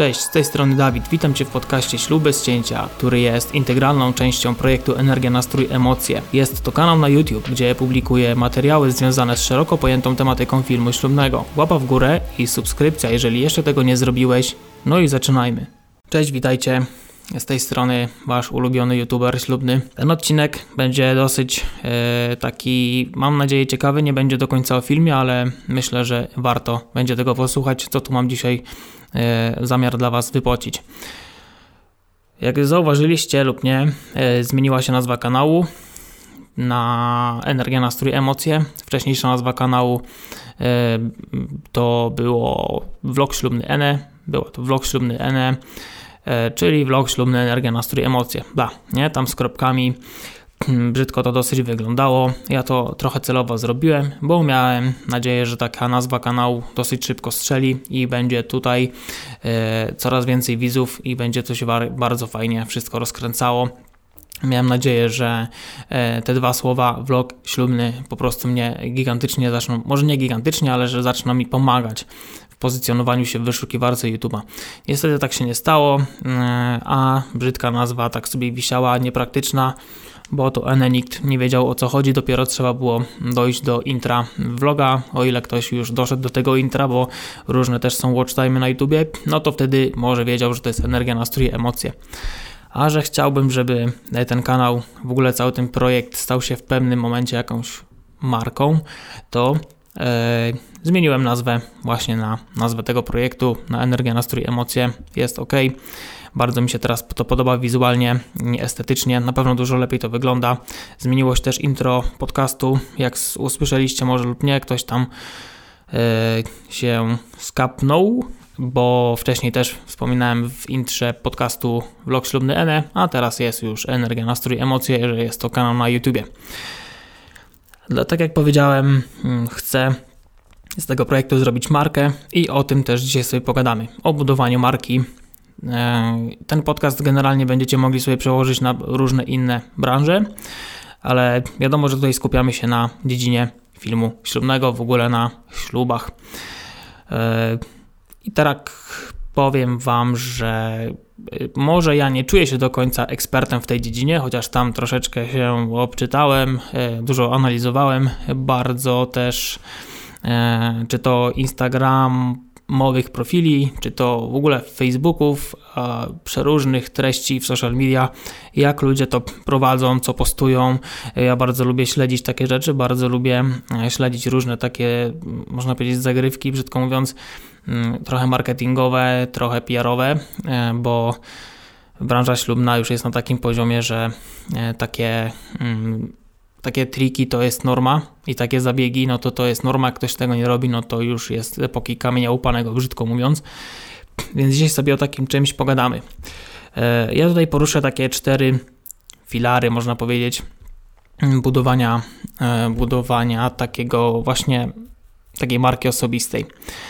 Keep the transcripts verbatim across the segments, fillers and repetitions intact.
Cześć, z tej strony Dawid. Witam Cię w podcaście Ślub bez cięcia, który jest integralną częścią projektu Energia, Nastrój, Emocje. Jest to kanał na YouTube, gdzie publikuję materiały związane z szeroko pojętą tematyką filmu ślubnego. Łapa w górę i subskrypcja, jeżeli jeszcze tego nie zrobiłeś. No i zaczynajmy. Cześć, witajcie. Z tej strony Wasz ulubiony YouTuber ślubny. Ten odcinek będzie dosyć e, taki, mam nadzieję, ciekawy. Nie będzie do końca o filmie, ale myślę, że warto będzie tego posłuchać, co tu mam dzisiaj e, zamiar dla Was wypocić. Jak zauważyliście lub nie, e, zmieniła się nazwa kanału na Energia, Nastrój, Emocje. Wcześniejsza nazwa kanału e, to było Vlog Ślubny Ene. Było to Vlog Ślubny Ene. Czyli vlog ślubny Energia, Nastrój, Emocje. Da, nie? Tam z kropkami. Brzydko to dosyć wyglądało. Ja to trochę celowo zrobiłem, bo miałem nadzieję, że taka nazwa kanału dosyć szybko strzeli i będzie tutaj e, coraz więcej widzów i będzie to się bardzo fajnie wszystko rozkręcało. Miałem nadzieję, że e, te dwa słowa, vlog ślubny, po prostu mnie gigantycznie zaczną, może nie gigantycznie, ale że zaczną mi pomagać w pozycjonowaniu się w wyszukiwarce YouTube'a. Niestety tak się nie stało, e, a brzydka nazwa tak sobie wisiała, niepraktyczna, bo to Ene nikt nie wiedział, o co chodzi, dopiero trzeba było dojść do intra vloga, o ile ktoś już doszedł do tego intra, bo różne też są watch time na YouTubie, no to wtedy może wiedział, że to jest Energia, Nastrój, Emocje. A że chciałbym, żeby ten kanał, w ogóle cały ten projekt stał się w pewnym momencie jakąś marką, to e, zmieniłem nazwę właśnie na nazwę tego projektu, na Energia, Nastrój, Emocje. Jest ok. Bardzo mi się teraz to podoba wizualnie, estetycznie, na pewno dużo lepiej to wygląda. Zmieniło się też intro podcastu, jak usłyszeliście może lub nie, ktoś tam e, się skapnął, bo wcześniej też wspominałem w intrze podcastu Vlog Ślubny Ene, a teraz jest już Energia, Nastrój, Emocje, że jest to kanał na YouTubie. Tak jak powiedziałem, chcę z tego projektu zrobić markę i o tym też dzisiaj sobie pogadamy. O budowaniu marki. Ten podcast generalnie będziecie mogli sobie przełożyć na różne inne branże, ale wiadomo, że tutaj skupiamy się na dziedzinie filmu ślubnego, w ogóle na ślubach. I tak powiem Wam, że może ja nie czuję się do końca ekspertem w tej dziedzinie, chociaż tam troszeczkę się obczytałem, dużo analizowałem, bardzo też czy to instagramowych profili, czy to w ogóle Facebooków, przeróżnych treści w social media, jak ludzie to prowadzą, co postują. Ja bardzo lubię śledzić takie rzeczy, bardzo lubię śledzić różne takie, można powiedzieć, zagrywki, brzydko mówiąc, trochę marketingowe, trochę P R-owe, bo branża ślubna już jest na takim poziomie, że takie, takie triki to jest norma i takie zabiegi, no to to jest norma, jak ktoś tego nie robi, no to już jest epoki kamienia łupanego, brzydko mówiąc. Więc dzisiaj sobie o takim czymś pogadamy. Ja tutaj poruszę takie cztery filary, można powiedzieć, budowania, budowania takiego właśnie, takiej marki osobistej.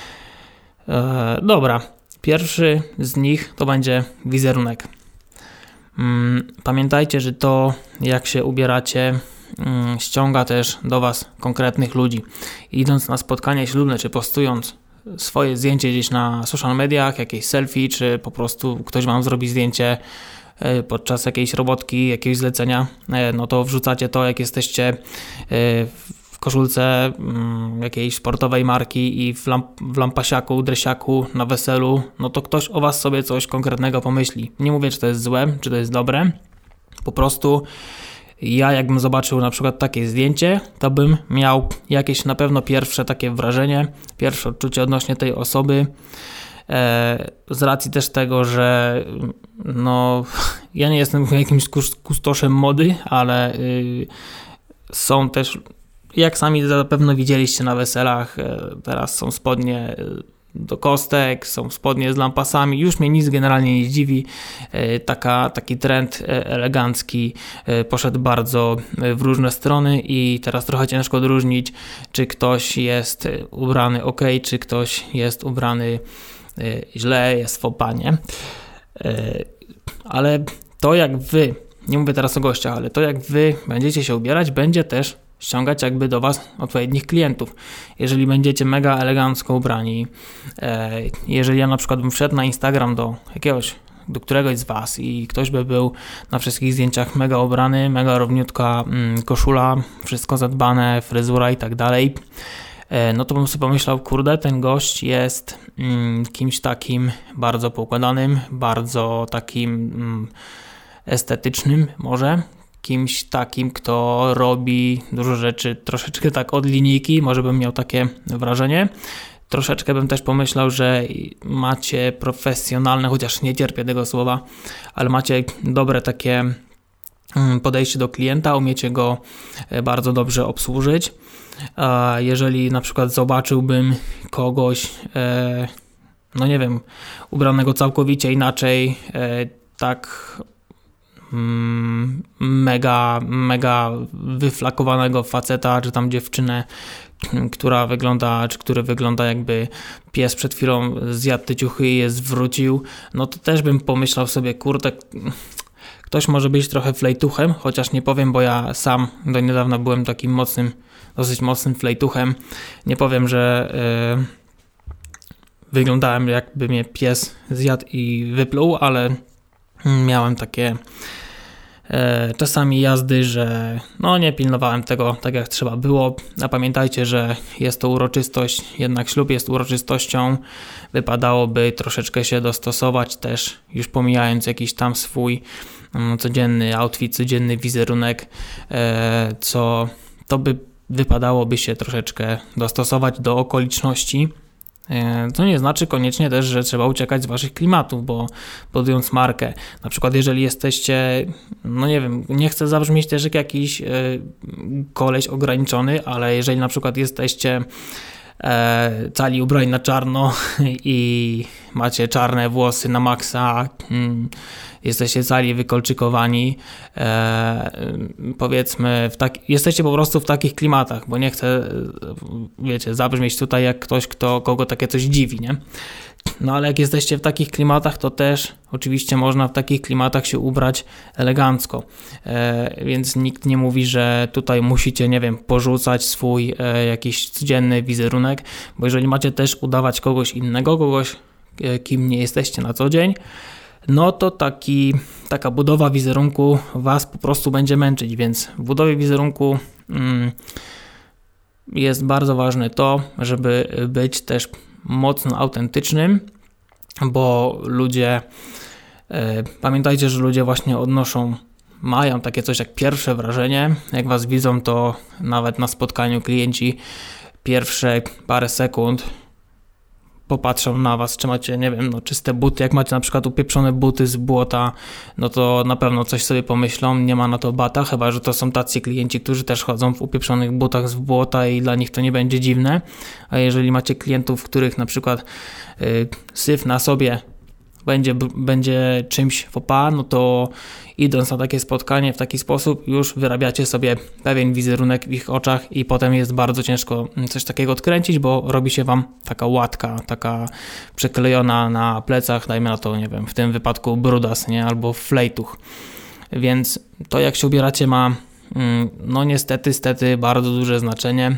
Dobra, pierwszy z nich to będzie wizerunek. Pamiętajcie, że to, jak się ubieracie, ściąga też do Was konkretnych ludzi. Idąc na spotkanie ślubne, czy postując swoje zdjęcie gdzieś na social mediach, jakieś selfie, czy po prostu ktoś Wam zrobi zdjęcie podczas jakiejś robotki, jakiegoś zlecenia, no to wrzucacie to, jak jesteście w koszulce jakiejś sportowej marki i w, lamp, w lampasiaku, dresiaku, na weselu, no to ktoś o Was sobie coś konkretnego pomyśli. Nie mówię, czy to jest złe, czy to jest dobre, po prostu ja jakbym zobaczył na przykład takie zdjęcie, to bym miał jakieś na pewno pierwsze takie wrażenie, pierwsze odczucie odnośnie tej osoby, e, z racji też tego, że no ja nie jestem jakimś kustoszem mody, ale y, są też, jak sami zapewne widzieliście na weselach, e, teraz są spodnie do kostek, są spodnie z lampasami, już mnie nic generalnie nie dziwi, Taka, taki trend elegancki poszedł bardzo w różne strony i teraz trochę ciężko odróżnić, czy ktoś jest ubrany ok, czy ktoś jest ubrany źle, jest w opanie, ale to jak wy, nie mówię teraz o gościach, ale to jak wy będziecie się ubierać, będzie też ściągać jakby do Was odpowiednich klientów. Jeżeli będziecie mega elegancko ubrani, jeżeli ja na przykład bym wszedł na Instagram do jakiegoś, do któregoś z Was i ktoś by był na wszystkich zdjęciach mega ubrany, mega równiutka koszula, wszystko zadbane, fryzura i tak dalej, no to bym sobie pomyślał, kurde, ten gość jest mm, kimś takim bardzo poukładanym, bardzo takim mm, estetycznym może, kimś takim, kto robi dużo rzeczy troszeczkę tak od linijki, może bym miał takie wrażenie. Troszeczkę bym też pomyślał, że macie profesjonalne, chociaż nie cierpię tego słowa, ale macie dobre takie podejście do klienta, umiecie go bardzo dobrze obsłużyć. Jeżeli na przykład zobaczyłbym kogoś, no nie wiem, ubranego całkowicie inaczej, tak mega, mega wyflakowanego faceta, czy tam dziewczynę, która wygląda, czy który wygląda jakby pies przed chwilą zjadł te ciuchy i je zwrócił, no to też bym pomyślał sobie, kurde, ktoś może być trochę flejtuchem, chociaż nie powiem, bo ja sam do niedawna byłem takim mocnym, dosyć mocnym flejtuchem. Nie powiem, że yy, wyglądałem jakby mnie pies zjadł i wypluł, ale miałem takie e, czasami jazdy, że no nie pilnowałem tego tak jak trzeba było. A pamiętajcie, że jest to uroczystość, jednak ślub jest uroczystością. Wypadałoby troszeczkę się dostosować też, już pomijając jakiś tam swój um, codzienny outfit, codzienny wizerunek, e, co to by wypadałoby się troszeczkę dostosować do okoliczności. To nie znaczy koniecznie też, że trzeba uciekać z waszych klimatów, bo budując markę, na przykład jeżeli jesteście, no nie wiem, nie chcę zabrzmieć też jak jakiś yy, koleś ograniczony, ale jeżeli na przykład jesteście e, cali ubrani na czarno i macie czarne włosy na maksa, mm, jesteście cali wykolczykowani, e, powiedzmy, w tak, jesteście po prostu w takich klimatach, bo nie chcę, wiecie, zabrzmieć tutaj jak ktoś, kto, kogo takie coś dziwi, nie? No ale jak jesteście w takich klimatach, to też oczywiście można w takich klimatach się ubrać elegancko, e, więc nikt nie mówi, że tutaj musicie, nie wiem, porzucać swój e, jakiś codzienny wizerunek, bo jeżeli macie też udawać kogoś innego, kogoś, e, kim nie jesteście na co dzień, no to taki, taka budowa wizerunku was po prostu będzie męczyć, więc w budowie wizerunku mm, jest bardzo ważne to, żeby być też mocno autentycznym, bo ludzie, e, pamiętajcie, że ludzie właśnie odnoszą, mają takie coś jak pierwsze wrażenie, jak was widzą, to nawet na spotkaniu klienci pierwsze parę sekund popatrzą na was, czy macie, nie wiem, no czyste buty, jak macie na przykład upieprzone buty z błota, no to na pewno coś sobie pomyślą, nie ma na to bata, chyba że to są tacy klienci, którzy też chodzą w upieprzonych butach z błota i dla nich to nie będzie dziwne, a jeżeli macie klientów, których na przykład yy, syf na sobie będzie, będzie czymś faux pas, no to idąc na takie spotkanie w taki sposób już wyrabiacie sobie pewien wizerunek w ich oczach i potem jest bardzo ciężko coś takiego odkręcić, bo robi się wam taka łatka, taka przyklejona na plecach, dajmy na to, nie wiem, w tym wypadku brudas, nie, albo flejtuch. Więc to, jak się ubieracie, ma no niestety, stety bardzo duże znaczenie.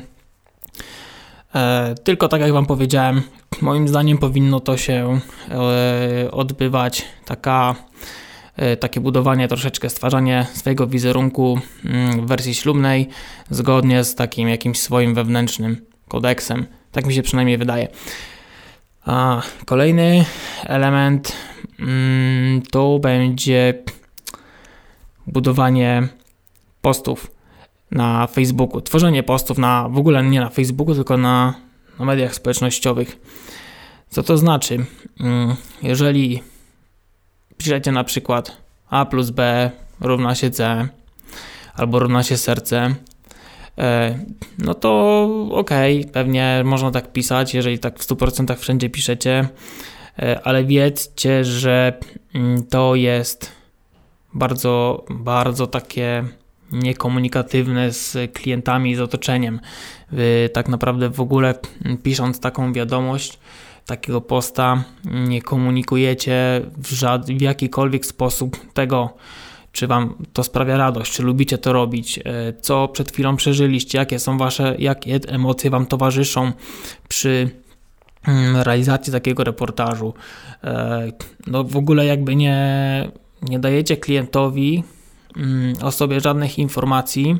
E, tylko tak jak wam powiedziałem, moim zdaniem powinno to się e, odbywać taka, e, takie budowanie, troszeczkę stwarzanie swojego wizerunku mm, w wersji ślubnej zgodnie z takim jakimś swoim wewnętrznym kodeksem. Tak mi się przynajmniej wydaje. A kolejny element mm, to będzie budowanie postów na Facebooku, tworzenie postów na, w ogóle nie na Facebooku, tylko na, na mediach społecznościowych. Co to znaczy? Jeżeli piszecie na przykład A plus B równa się C albo równa się serce, no to okej, okay, pewnie można tak pisać, jeżeli tak w stu procentach wszędzie piszecie, ale wiedzcie, że to jest bardzo, bardzo takie niekomunikatywne z klientami, z otoczeniem. Wy tak naprawdę w ogóle pisząc taką wiadomość, takiego posta, nie komunikujecie w, żad- w jakikolwiek sposób tego, czy wam to sprawia radość, czy lubicie to robić, co przed chwilą przeżyliście, jakie są wasze, jakie emocje wam towarzyszą przy realizacji takiego reportażu. No w ogóle jakby nie, nie dajecie klientowi o sobie żadnych informacji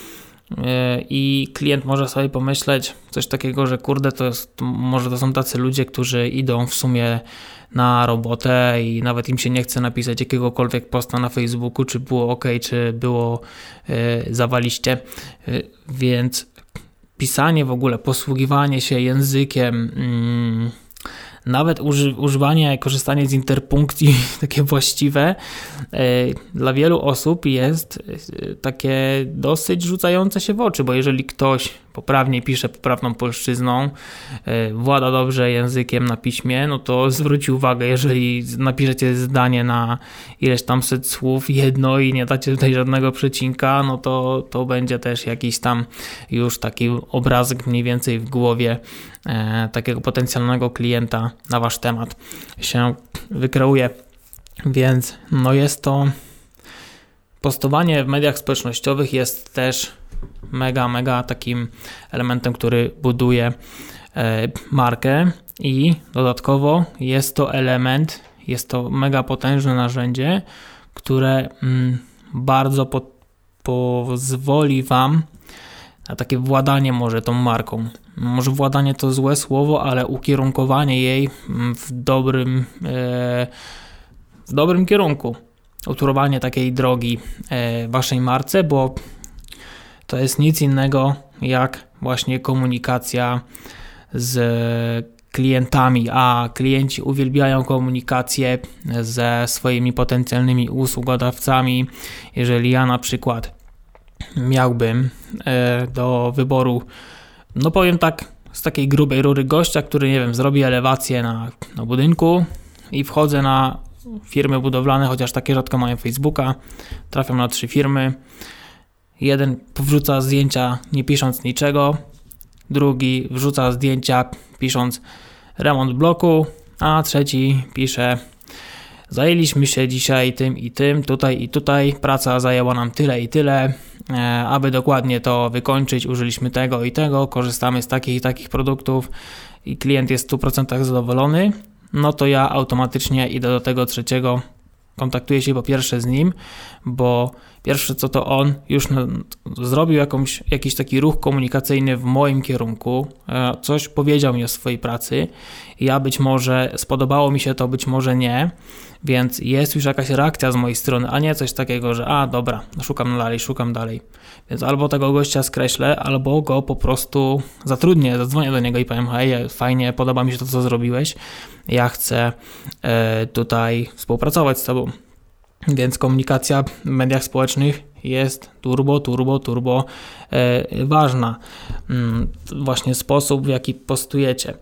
i klient może sobie pomyśleć coś takiego, że kurde, to jest, może to są tacy ludzie, którzy idą w sumie na robotę i nawet im się nie chce napisać jakiegokolwiek posta na Facebooku, czy było ok, czy było yy, zawaliście, yy, więc pisanie w ogóle, posługiwanie się językiem, yy, nawet uży, używanie, korzystanie z interpunkcji takie właściwe yy, dla wielu osób jest yy, takie dosyć rzucające się w oczy, bo jeżeli ktoś poprawnie pisze poprawną polszczyzną, yy, włada dobrze językiem na piśmie, no to zwróci uwagę, jeżeli napiszecie zdanie na ileś tam set słów jedno i nie dacie tutaj żadnego przecinka, no to, to będzie też jakiś tam już taki obrazek mniej więcej w głowie yy, takiego potencjalnego klienta na wasz temat się wykreuje, więc no jest to postowanie w mediach społecznościowych jest też mega, mega takim elementem, który buduje e, markę i dodatkowo jest to element, jest to mega potężne narzędzie, które mm, bardzo po, pozwoli wam na takie władanie może tą marką. Może władanie to złe słowo, ale ukierunkowanie jej w dobrym, e, w dobrym kierunku. Utorowanie takiej drogi e, waszej marce, bo to jest nic innego jak właśnie komunikacja z klientami, a klienci uwielbiają komunikację ze swoimi potencjalnymi usługodawcami. Jeżeli ja na przykład miałbym e, do wyboru, no powiem tak, z takiej grubej rury gościa, który, nie wiem, zrobi elewację na, na budynku i wchodzę na firmy budowlane, chociaż takie rzadko mają Facebooka, trafiam na trzy firmy. Jeden wrzuca zdjęcia nie pisząc niczego, drugi wrzuca zdjęcia pisząc remont bloku, a trzeci pisze: zajęliśmy się dzisiaj tym i tym, tutaj i tutaj, praca zajęła nam tyle i tyle, e, aby dokładnie to wykończyć, użyliśmy tego i tego, korzystamy z takich i takich produktów i klient jest w stu procentach zadowolony, no to ja automatycznie idę do tego trzeciego, kontaktuję się po pierwsze z nim, bo pierwsze co to on już no, zrobił jakąś, jakiś taki ruch komunikacyjny w moim kierunku, e, coś powiedział mi o swojej pracy, ja być może spodobało mi się to, być może nie, więc jest już jakaś reakcja z mojej strony, a nie coś takiego, że a dobra, szukam dalej, szukam dalej. Więc albo tego gościa skreślę, albo go po prostu zatrudnię, zadzwonię do niego i powiem: hej, fajnie, podoba mi się to, co zrobiłeś, ja chcę e, tutaj współpracować z tobą. Więc komunikacja w mediach społecznych jest turbo, turbo, turbo e, ważna. Mm, właśnie sposób, w jaki postujecie.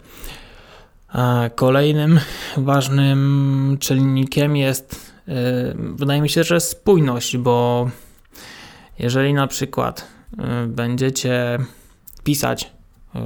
A kolejnym ważnym czynnikiem jest, yy, wydaje mi się, że spójność, bo jeżeli na przykład yy, będziecie pisać, yy,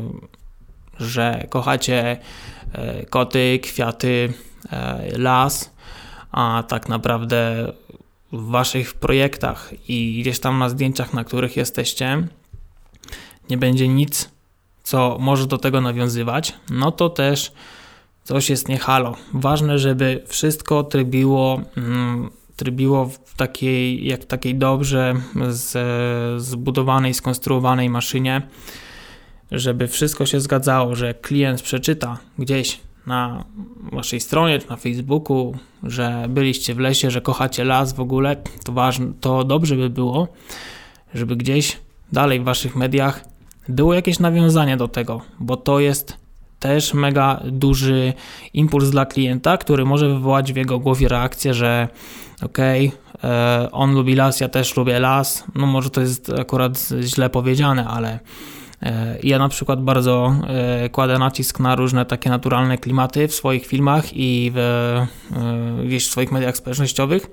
że kochacie yy, koty, kwiaty, yy, las, a tak naprawdę w waszych projektach i gdzieś tam na zdjęciach, na których jesteście, nie będzie nic, co może do tego nawiązywać, no to też coś jest nie halo. Ważne, żeby wszystko trybiło, mm, trybiło w takiej, jak takiej dobrze z, zbudowanej, skonstruowanej maszynie, żeby wszystko się zgadzało, że klient przeczyta gdzieś na waszej stronie czy na Facebooku, że byliście w lesie, że kochacie las w ogóle, to ważne, to dobrze by było, żeby gdzieś dalej w waszych mediach było jakieś nawiązanie do tego, bo to jest też mega duży impuls dla klienta, który może wywołać w jego głowie reakcję, że okej, okay, on lubi las, ja też lubię las. No może to jest akurat źle powiedziane, ale e, ja na przykład bardzo e, kładę nacisk na różne takie naturalne klimaty w swoich filmach i w, e, gdzieś w swoich mediach społecznościowych.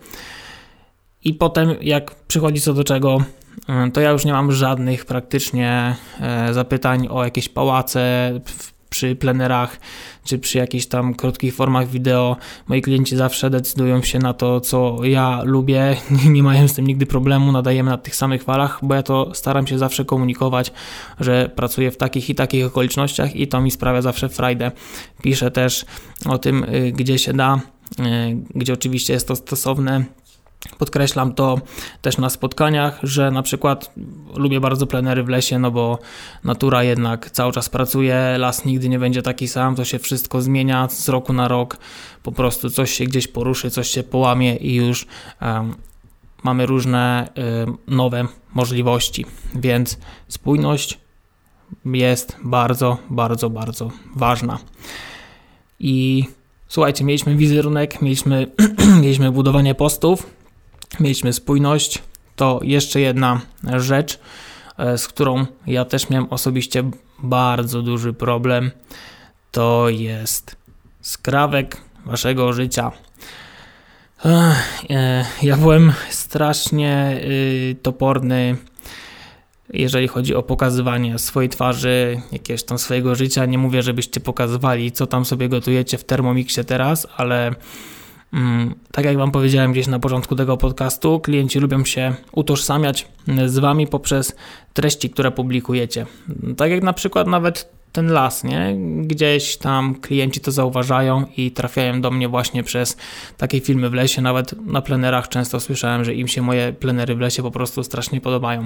I potem jak przychodzi co do czego, to ja już nie mam żadnych praktycznie zapytań o jakieś pałace, przy plenerach, czy przy jakichś tam krótkich formach wideo. Moi klienci zawsze decydują się na to, co ja lubię, nie mają z tym nigdy problemu, nadajemy na tych samych falach, bo ja to staram się zawsze komunikować, że pracuję w takich i takich okolicznościach i to mi sprawia zawsze frajdę. Piszę też o tym, gdzie się da, gdzie oczywiście jest to stosowne. Podkreślam to też na spotkaniach, że na przykład lubię bardzo plenery w lesie, no bo natura jednak cały czas pracuje, las nigdy nie będzie taki sam, to się wszystko zmienia z roku na rok, po prostu coś się gdzieś poruszy, coś się połamie i już um, mamy różne um, nowe możliwości, więc spójność jest bardzo, bardzo, bardzo ważna. I słuchajcie, mieliśmy wizerunek, mieliśmy, mieliśmy budowanie postów, mieliśmy spójność, to jeszcze jedna rzecz, z którą ja też miałem osobiście bardzo duży problem, to jest skrawek waszego życia. Ja byłem strasznie toporny, jeżeli chodzi o pokazywanie swojej twarzy, jakiegoś tam swojego życia. Nie mówię, żebyście pokazywali, co tam sobie gotujecie w Thermomixie teraz, ale mm, tak jak wam powiedziałem gdzieś na początku tego podcastu, klienci lubią się utożsamiać z wami poprzez treści, które publikujecie. Tak jak na przykład nawet ten las, nie? Gdzieś tam klienci to zauważają i trafiają do mnie właśnie przez takie filmy w lesie. Nawet na plenerach często słyszałem, że im się moje plenery w lesie po prostu strasznie podobają.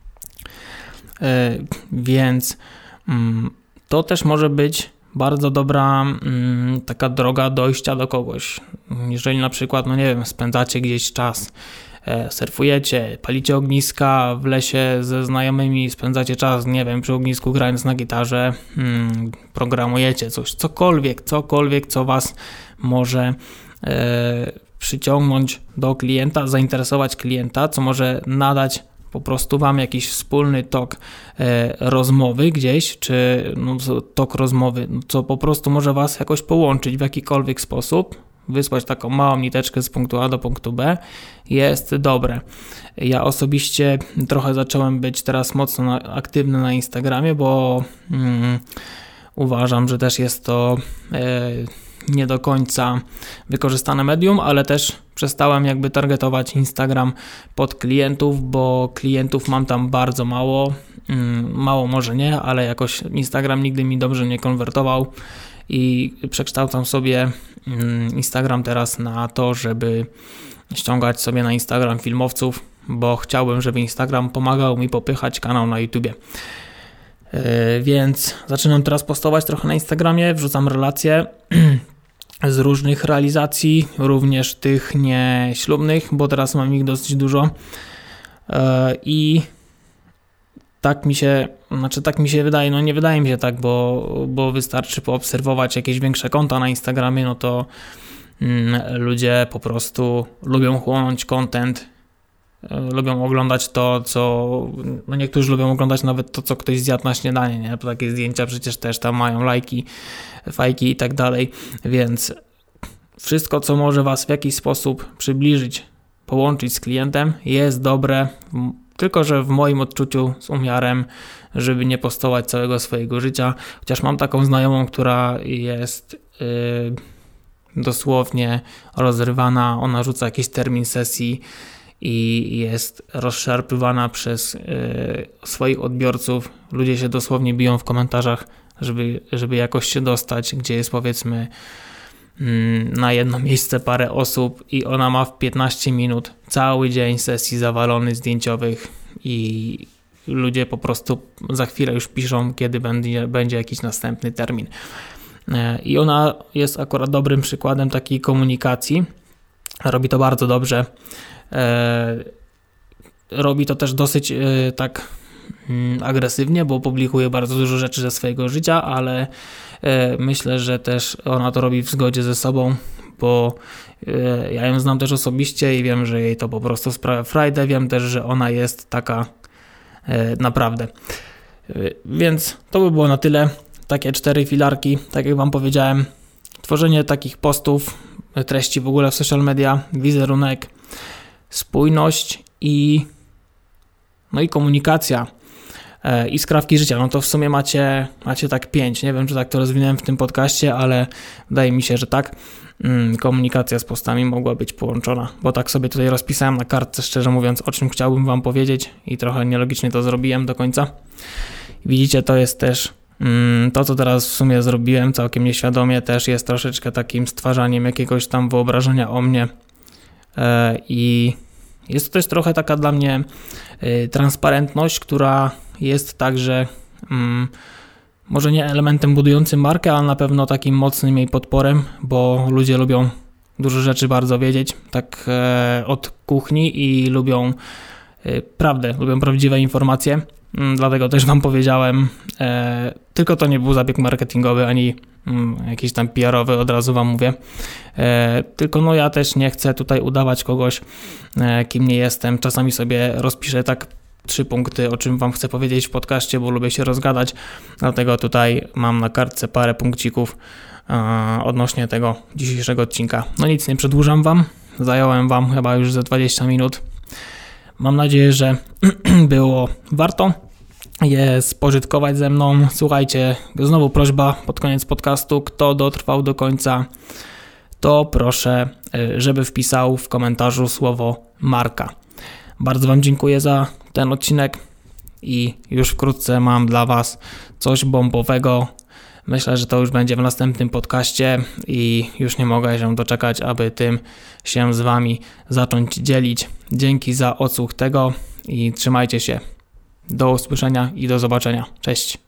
Yy, więc yy, to też może być bardzo dobra yy, taka droga dojścia do kogoś. Jeżeli na przykład, no nie wiem, spędzacie gdzieś czas, yy, surfujecie, palicie ogniska w lesie ze znajomymi, spędzacie czas, nie wiem, przy ognisku grając na gitarze, yy, programujecie coś, cokolwiek, cokolwiek, co was może yy, przyciągnąć do klienta, zainteresować klienta, co może nadać po prostu wam jakiś wspólny tok e, rozmowy gdzieś, czy no, tok rozmowy, co po prostu może was jakoś połączyć w jakikolwiek sposób, wysłać taką małą niteczkę z punktu A do punktu B, jest dobre. Ja osobiście trochę zacząłem być teraz mocno na, aktywny na Instagramie, bo mm, uważam, że też jest to e, nie do końca wykorzystane medium, ale też przestałem jakby targetować Instagram pod klientów, bo klientów mam tam bardzo mało, mało może nie, ale jakoś Instagram nigdy mi dobrze nie konwertował i przekształcam sobie Instagram teraz na to, żeby ściągać sobie na Instagram filmowców, bo chciałbym, żeby Instagram pomagał mi popychać kanał na YouTubie. Yy, więc zaczynam teraz postować trochę na Instagramie, wrzucam relacje z różnych realizacji, również tych nieślubnych, bo teraz mam ich dosyć dużo yy, i tak mi się, znaczy tak mi się wydaje, no nie wydaje mi się tak, bo, bo wystarczy poobserwować jakieś większe konta na Instagramie, no to mm, ludzie po prostu lubią chłonąć content, lubią oglądać to, co, no niektórzy lubią oglądać nawet to, co ktoś zjadł na śniadanie, nie? Bo takie zdjęcia przecież też tam mają lajki, fajki i tak dalej, więc wszystko, co może was w jakiś sposób przybliżyć, połączyć z klientem, jest dobre, tylko że w moim odczuciu z umiarem, żeby nie postować całego swojego życia, chociaż mam taką znajomą, która jest yy, dosłownie rozrywana, ona rzuca jakiś termin sesji i jest rozszarpywana przez y, swoich odbiorców. Ludzie się dosłownie biją w komentarzach, żeby, żeby jakoś się dostać, gdzie jest powiedzmy y, na jedno miejsce parę osób i ona ma w piętnaście minut cały dzień sesji zawalony zdjęciowych i ludzie po prostu za chwilę już piszą, kiedy będzie, będzie jakiś następny termin. Y, I ona jest akurat dobrym przykładem takiej komunikacji. Robi to bardzo dobrze. E, robi to też dosyć e, tak mm, agresywnie, bo publikuje bardzo dużo rzeczy ze swojego życia, ale e, myślę, że też ona to robi w zgodzie ze sobą, bo e, ja ją znam też osobiście i wiem, że jej to po prostu sprawia frajdę, wiem też, że ona jest taka e, naprawdę. E, więc to by było na tyle. Takie cztery filarki, tak jak wam powiedziałem, tworzenie takich postów, treści w ogóle w social media, wizerunek, spójność i no i komunikacja. i skrawki życia. No to w sumie macie, macie tak pięć. Nie wiem, czy tak to rozwinąłem w tym podcaście, ale wydaje mi się, że tak. Komunikacja z postami mogła być połączona, bo tak sobie tutaj rozpisałem na kartce, szczerze mówiąc, o czym chciałbym wam powiedzieć i trochę nielogicznie to zrobiłem do końca. Widzicie, to jest też to, co teraz w sumie zrobiłem całkiem nieświadomie, też jest troszeczkę takim stwarzaniem jakiegoś tam wyobrażenia o mnie i jest to też trochę taka dla mnie transparentność, która jest także może nie elementem budującym markę, ale na pewno takim mocnym jej podporem, bo ludzie lubią dużo rzeczy bardzo wiedzieć, tak e, od kuchni i lubią e, prawdę, lubią prawdziwe informacje, mm, dlatego też wam powiedziałem, e, tylko to nie był zabieg marketingowy, ani mm, jakiś tam P R owy, od razu wam mówię, e, tylko no ja też nie chcę tutaj udawać kogoś, e, kim nie jestem, czasami sobie rozpiszę tak trzy punkty, o czym wam chcę powiedzieć w podcaście, bo lubię się rozgadać, dlatego tutaj mam na kartce parę punkcików e, odnośnie tego dzisiejszego odcinka. No nic, nie przedłużam wam, zająłem wam chyba już ze dwadzieścia minut. Mam nadzieję, że było warto je spożytkować ze mną. Słuchajcie, znowu prośba pod koniec podcastu, kto dotrwał do końca, to proszę, żeby wpisał w komentarzu słowo marka. Bardzo wam dziękuję za ten odcinek i już wkrótce mam dla was coś bombowego. Myślę, że to już będzie w następnym podcaście i już nie mogę się doczekać, aby tym się z wami zacząć dzielić. Dzięki za odsłuch tego i trzymajcie się. Do usłyszenia i do zobaczenia. Cześć.